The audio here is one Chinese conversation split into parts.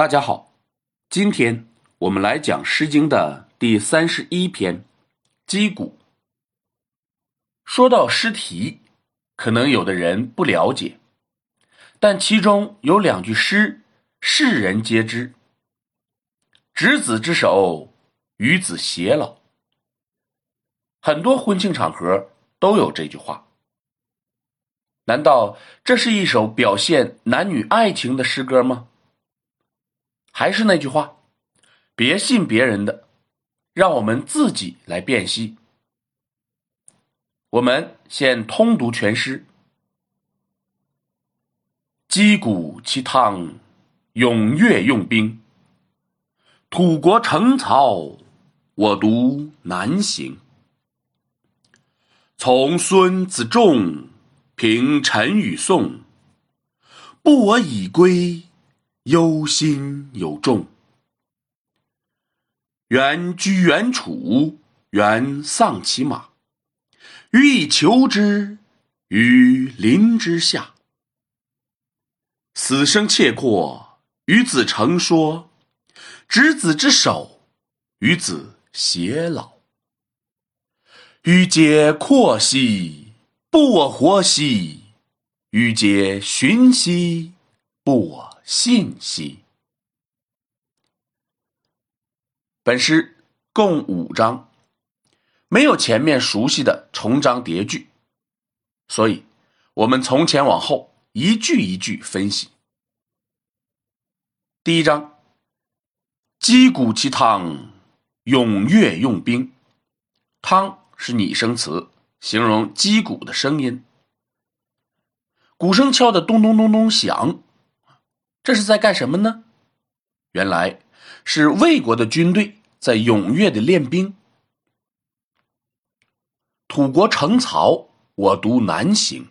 大家好，今天我们来讲《诗经》的第31篇《击鼓》。说到诗题，可能有的人不了解，但其中有2句诗，世人皆知。执子之手，与子偕老。很多婚庆场合都有这句话。难道这是一首表现男女爱情的诗歌吗？还是那句话，别信别人的，让我们自己来辨析。我们先通读全诗。击鼓其汤，踊跃用兵。土国城曹，我独南行。从孙子仲，平陈与宋。不我已归，忧心有重。原居原处，原丧其马。予以求之，于林之下。死生契阔，与子成说。执子之手，与子偕老。予嗟阔兮，不我活兮。予嗟寻兮，不我信兮。本诗共5章，没有前面熟悉的重章叠句，所以我们从前往后一句一句分析。第1章，击鼓其汤，踊跃用兵。汤是拟声词，形容击鼓的声音。鼓声敲得咚咚咚咚响，这是在干什么呢？原来是魏国的军队在踊跃的练兵。土国城曹，我独南行。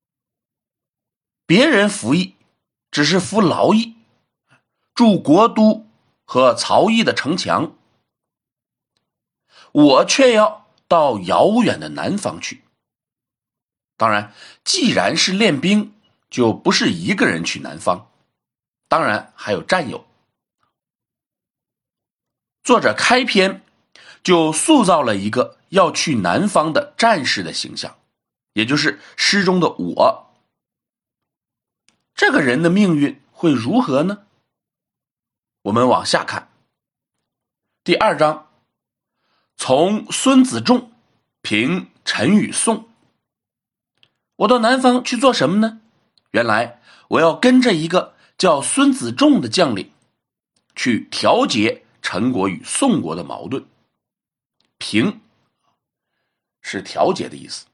别人服役只是服劳役，筑国都和曹邑的城墙，我却要到遥远的南方去。当然，既然是练兵，就不是一个人去南方，当然还有战友。作者开篇就塑造了一个要去南方的战士的形象，也就是诗中的我。这个人的命运会如何呢？我们往下看。第2章，从孙子仲，平陈与宋。我到南方去做什么呢？原来我要跟着一个叫孙子仲的将领，去调节陈国与宋国的矛盾。平是调节的意思。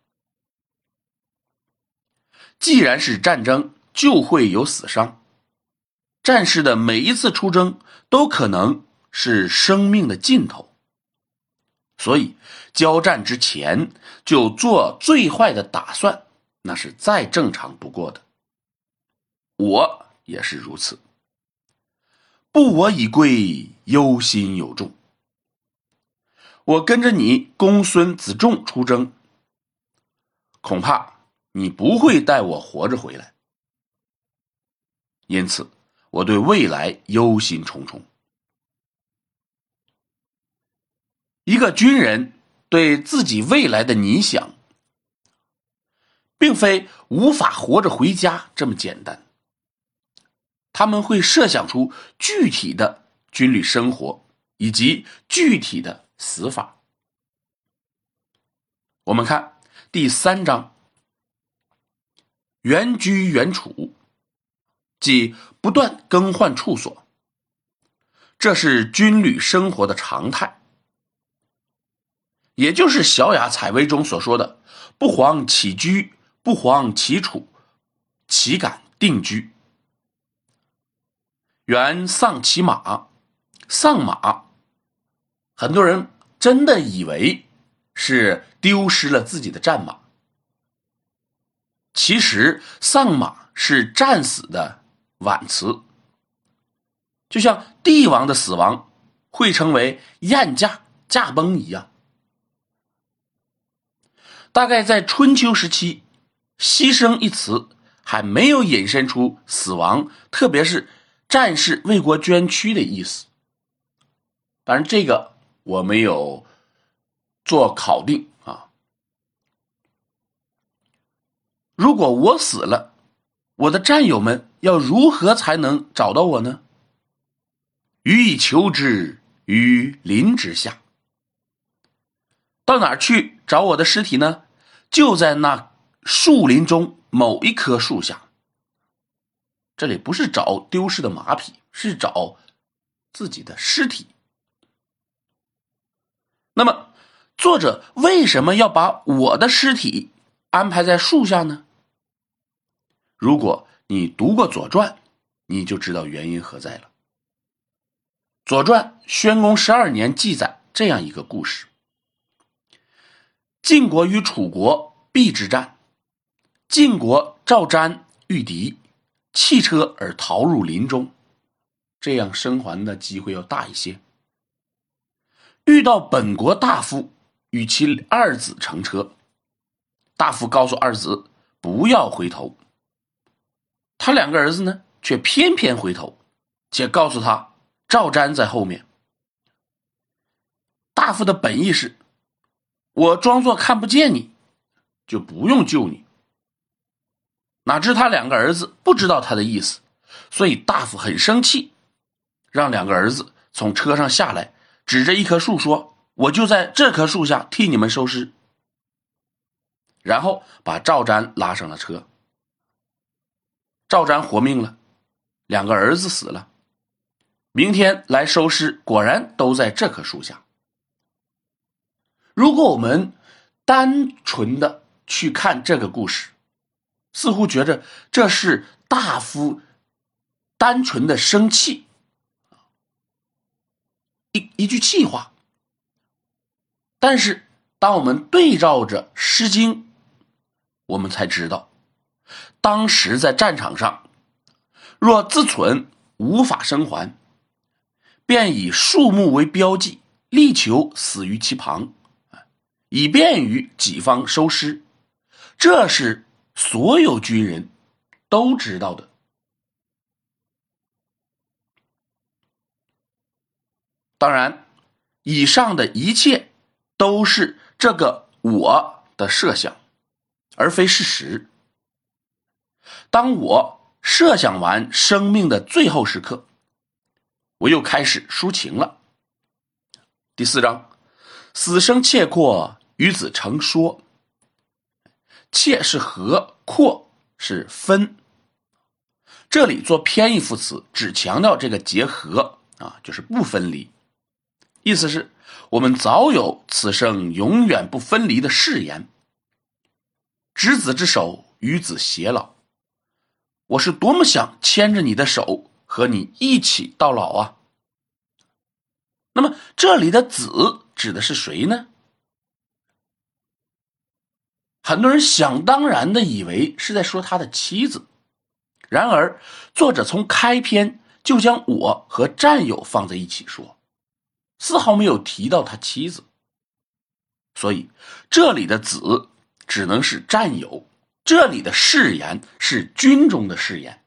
既然是战争，就会有死伤。战士的每一次出征都可能是生命的尽头，所以交战之前就做最坏的打算，那是再正常不过的。我也是如此。不我已归，忧心有重。我跟着你公孙子仲出征，恐怕你不会带我活着回来，因此我对未来忧心忡忡。一个军人对自己未来的理想，并非无法活着回家这么简单，他们会设想出具体的军旅生活以及具体的死法。我们看第3章，原居原处，即不断更换处所，这是军旅生活的常态，也就是小雅采薇中所说的不遑起居，不遑其处，岂敢定居。原丧其马，丧马，很多人真的以为是丢失了自己的战马，其实丧马是战死的挽词，就像帝王的死亡会成为宴驾驾崩一样。大概在春秋时期，牺牲一词还没有引申出死亡，特别是战士为国捐躯的意思。当然这个我没有做考定啊。如果我死了，我的战友们要如何才能找到我呢？予以求之于林之下。到哪儿去找我的尸体呢？就在那树林中某一棵树下。这里不是找丢失的马匹，是找自己的尸体。那么作者为什么要把我的尸体安排在树下呢？如果你读过左传，你就知道原因何在了。左传宣公12年记载这样一个故事：晋国与楚国邲之战，晋国赵瞻遇敌，弃车而逃入林中，这样生还的机会要大一些。遇到本国大夫，与其二子乘车，大夫告诉二子不要回头，他两个儿子呢却偏偏回头，且告诉他赵瞻在后面。大夫的本意是，我装作看不见你，就不用救你。哪知他两个儿子不知道他的意思，所以大夫很生气，让两个儿子从车上下来，指着一棵树说，我就在这棵树下替你们收尸。然后把赵瞻拉上了车。赵瞻活命了，两个儿子死了，明天来收尸，果然都在这棵树下。如果我们单纯的去看这个故事，似乎觉着这是大夫单纯的生气，一句气话。但是当我们对照着诗经，我们才知道，当时在战场上，若自忖无法生还，便以树木为标记，力求死于其旁，以便于己方收尸。这是所有军人都知道的。当然，以上的一切都是这个我的设想，而非事实。当我设想完生命的最后时刻，我又开始抒情了。第4章，死生契阔，与子成说。契是合，阔是分。这里做偏义副词，只强调这个结合啊，就是不分离。意思是我们早有此生永远不分离的誓言。执子之手，与子偕老。我是多么想牵着你的手，和你一起到老啊！那么这里的子指的是谁呢？很多人想当然的以为是在说他的妻子，然而作者从开篇就将我和战友放在一起说，丝毫没有提到他妻子。所以这里的子只能是战友，这里的誓言是军中的誓言。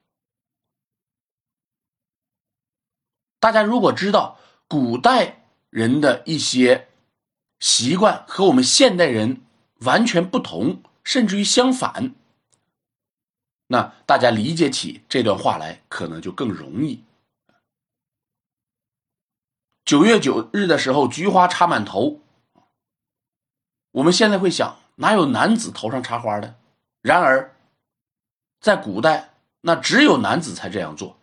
大家如果知道古代人的一些习惯和我们现代人完全不同，甚至于相反，那大家理解起这段话来可能就更容易。9月9日的时候，菊花插满头，我们现在会想，哪有男子头上插花的？然而在古代，那只有男子才这样做。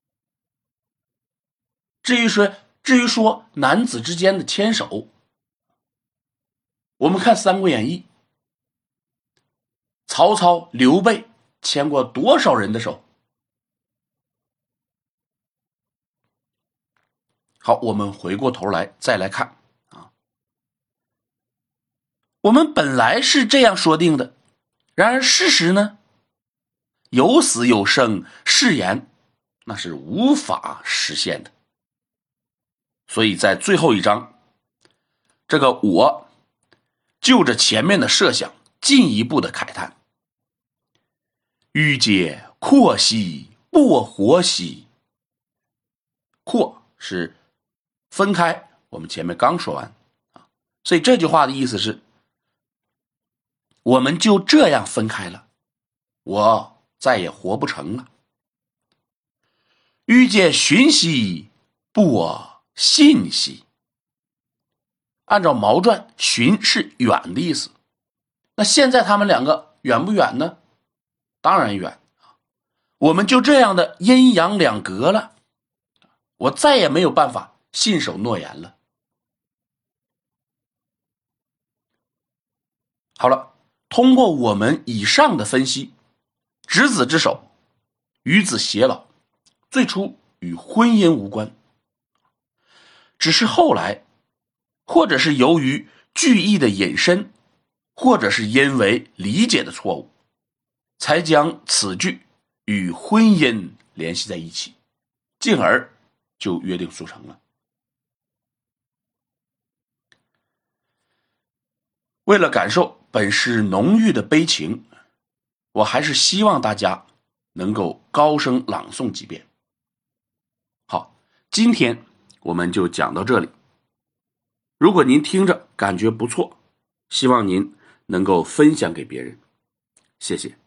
至于说男子之间的牵手，我们看《三国演义》，曹操、刘备牵过多少人的手？好，我们回过头来再来看啊，我们本来是这样说定的，然而事实呢？有死有生，誓言那是无法实现的。所以在最后一章，这个我就着前面的设想进一步的慨叹：欲解阔兮不活兮， 阔是分开，我们前面刚说完啊，所以这句话的意思是，我们就这样分开了，我再也活不成了。欲借寻兮，不我信兮。按照毛传，寻是远的意思。那现在他们两个远不远呢？当然远。我们就这样的阴阳两隔了，我再也没有办法信守诺言了。好了，通过我们以上的分析，执子之手，与子偕老，最初与婚姻无关，只是后来或者是由于句意的引申，或者是因为理解的错误，才将此句与婚姻联系在一起，进而就约定俗成了。为了感受本诗浓郁的悲情，我还是希望大家能够高声朗诵几遍。好，今天我们就讲到这里。如果您听着感觉不错，希望您能够分享给别人，谢谢。